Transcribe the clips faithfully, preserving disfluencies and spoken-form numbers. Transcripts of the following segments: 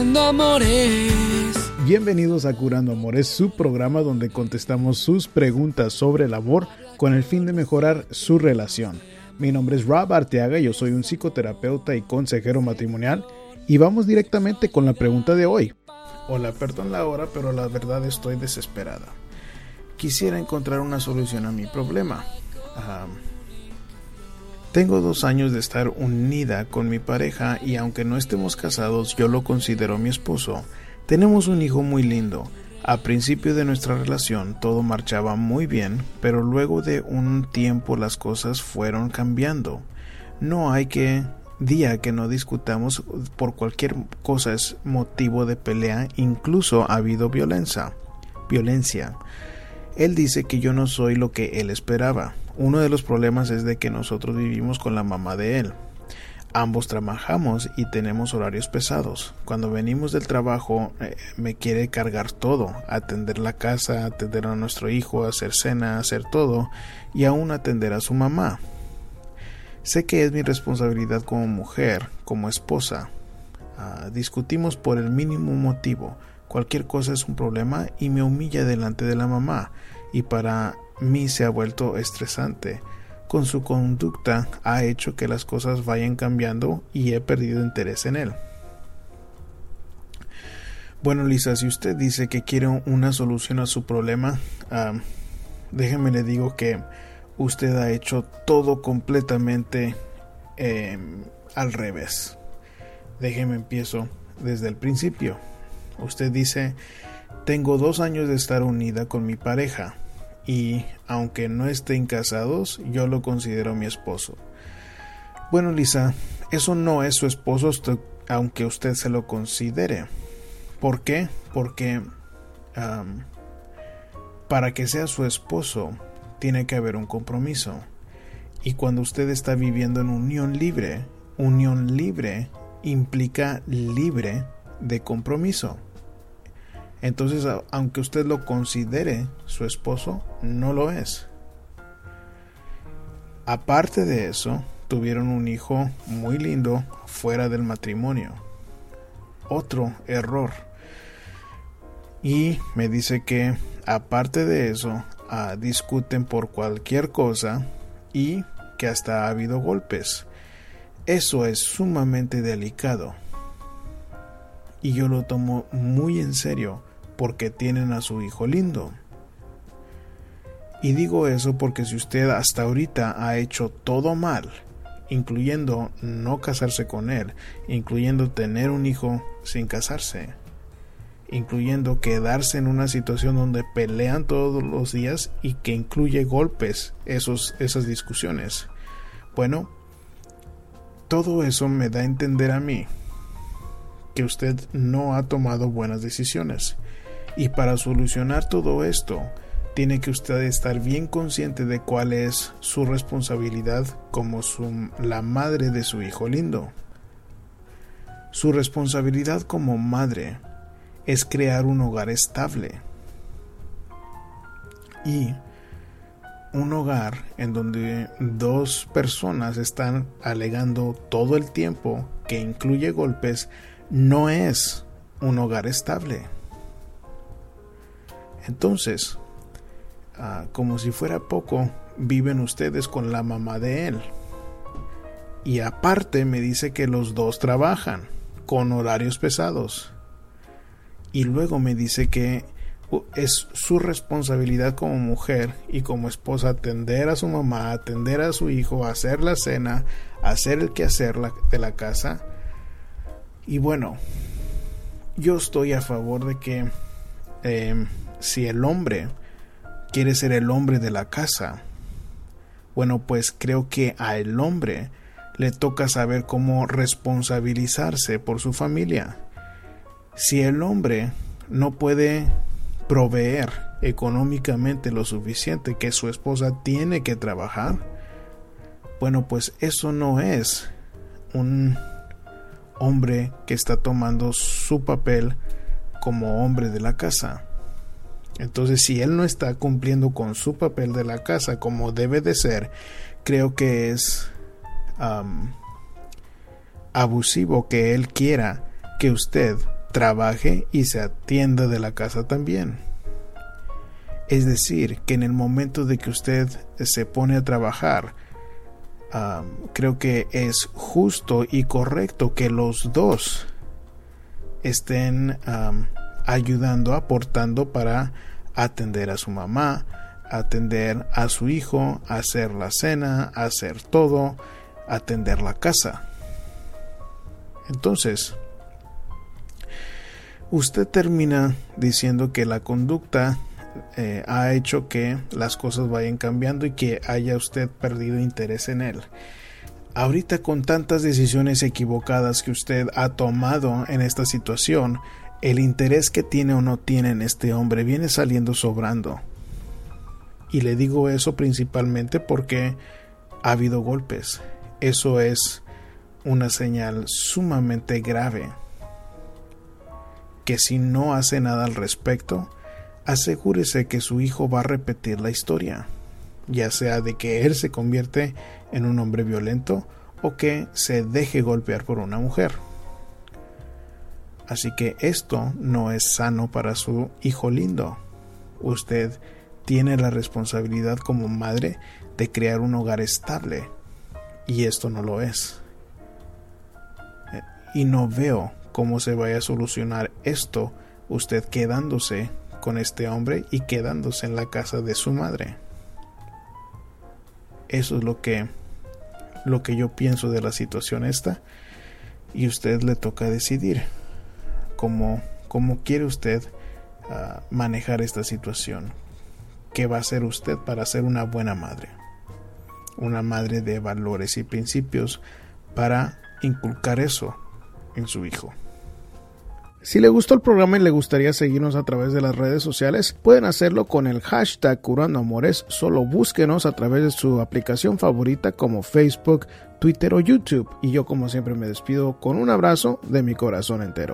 Curando Amores. Bienvenidos a Curando Amores, su programa donde contestamos sus preguntas sobre el amor con el fin de mejorar su relación. Mi nombre es Rob Arteaga, yo soy un psicoterapeuta y consejero matrimonial y vamos directamente con la pregunta de hoy. Hola, perdón la hora, pero la verdad estoy desesperada. Quisiera encontrar una solución a mi problema. Um, Tengo dos años de estar unida con mi pareja y aunque no estemos casados, yo lo considero mi esposo. Tenemos un hijo muy lindo. A principio de nuestra relación todo marchaba muy bien, pero luego de un tiempo las cosas fueron cambiando. No hay que día que no discutamos por cualquier cosa es motivo de pelea, incluso ha habido violencia. Violencia. Él dice que yo no soy lo que él esperaba. Uno de los problemas es de que nosotros vivimos con la mamá de él. Ambos trabajamos y tenemos horarios pesados. Cuando venimos del trabajo eh, me quiere cargar todo, atender la casa, atender a nuestro hijo, hacer cena, hacer todo y aún atender a su mamá. Sé que es mi responsabilidad como mujer, como esposa. Uh, discutimos por el mínimo motivo. Cualquier cosa es un problema y me humilla delante de la mamá y para mí se ha vuelto estresante. Con su conducta ha hecho que las cosas vayan cambiando y he perdido interés en él. Bueno, Lisa, si usted dice que quiere una solución a su problema, uh, déjeme le digo que usted ha hecho todo completamente eh, al revés. Déjeme empiezo desde el principio. Usted dice, tengo dos años de estar unida con mi pareja. Y aunque no estén casados, yo lo considero mi esposo. Bueno, Lisa, eso no es su esposo, aunque usted se lo considere. ¿Por qué? Porque um, para que sea su esposo, tiene que haber un compromiso. Y cuando usted está viviendo en unión libre, unión libre implica libre de compromiso. Entonces, aunque usted lo considere su esposo, no lo es. Aparte de eso, tuvieron un hijo muy lindo fuera del matrimonio. Otro error. Y me dice que, aparte de eso, uh, discuten por cualquier cosa y que hasta ha habido golpes. Eso es sumamente delicado. Y yo lo tomo muy en serio porque tienen a su hijo lindo. Y digo eso porque si usted hasta ahorita ha hecho todo mal, incluyendo no casarse con él, incluyendo tener un hijo sin casarse, incluyendo quedarse en una situación donde pelean todos los días y que incluye golpes, esos, esas discusiones. Bueno, todo eso me da a entender a mí que usted no ha tomado buenas decisiones. Y para solucionar todo esto, tiene que usted estar bien consciente de cuál es su responsabilidad como su, la madre de su hijo lindo. Su responsabilidad como madre es crear un hogar estable. Y un hogar en donde dos personas están alegando todo el tiempo, que incluye golpes, no es un hogar estable. Entonces, uh, como si fuera poco, viven ustedes con la mamá de él. Y aparte me dice que los dos trabajan con horarios pesados. Y luego me dice que uh, es su responsabilidad como mujer y como esposa atender a su mamá, atender a su hijo, hacer la cena, hacer el quehacer de la casa. Y bueno, yo estoy a favor de que eh, si el hombre quiere ser el hombre de la casa, bueno, pues creo que a el hombre le toca saber cómo responsabilizarse por su familia. Si el hombre no puede proveer económicamente lo suficiente que su esposa tiene que trabajar, bueno, pues eso no es un hombre que está tomando su papel como hombre de la casa. Entonces, si él no está cumpliendo con su papel de la casa como debe de ser, creo que es um, abusivo que él quiera que usted trabaje y se atienda de la casa también. Es decir, que en el momento de que usted se pone a trabajar, um, creo que es justo y correcto que los dos estén um, ayudando, aportando para atender a su mamá, atender a su hijo, hacer la cena, hacer todo, atender la casa. Entonces, usted termina diciendo que la conducta eh, ha hecho que las cosas vayan cambiando y que haya usted perdido interés en él. Ahorita, con tantas decisiones equivocadas que usted ha tomado en esta situación, el interés que tiene o no tiene en este hombre viene saliendo sobrando. Y le digo eso principalmente porque ha habido golpes. Eso es una señal sumamente grave, que si no hace nada al respecto, asegúrese que su hijo va a repetir la historia, ya sea de que él se convierte en un hombre violento o que se deje golpear por una mujer. Así que esto no es sano para su hijo lindo. Usted tiene la responsabilidad como madre de crear un hogar estable, y esto no lo es. Y no veo cómo se vaya a solucionar esto usted quedándose con este hombre y quedándose en la casa de su madre. Eso es lo que lo que yo pienso de la situación esta, y usted le toca decidir cómo, cómo quiere usted uh, manejar esta situación. ¿Qué va a hacer usted para ser una buena madre? Una madre de valores y principios para inculcar eso en su hijo. Si le gustó el programa y le gustaría seguirnos a través de las redes sociales, pueden hacerlo con el hashtag Curando Amores. Solo búsquenos a través de su aplicación favorita como Facebook, Twitter o YouTube. Y yo, como siempre, me despido con un abrazo de mi corazón entero.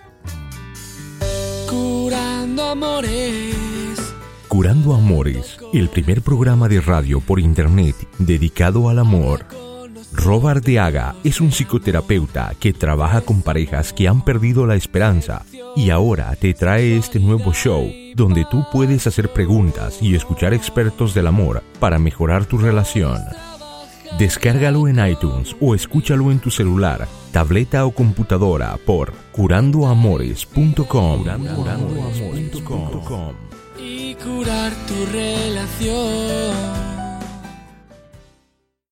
Curando Amores. Curando Amores, el primer programa de radio por internet dedicado al amor. Rob Arteaga es un psicoterapeuta que trabaja con parejas que han perdido la esperanza y ahora te trae este nuevo show donde tú puedes hacer preguntas y escuchar expertos del amor para mejorar tu relación. Descárgalo en iTunes o escúchalo en tu celular, tableta o computadora por curando amores punto com. Y curar tu relación.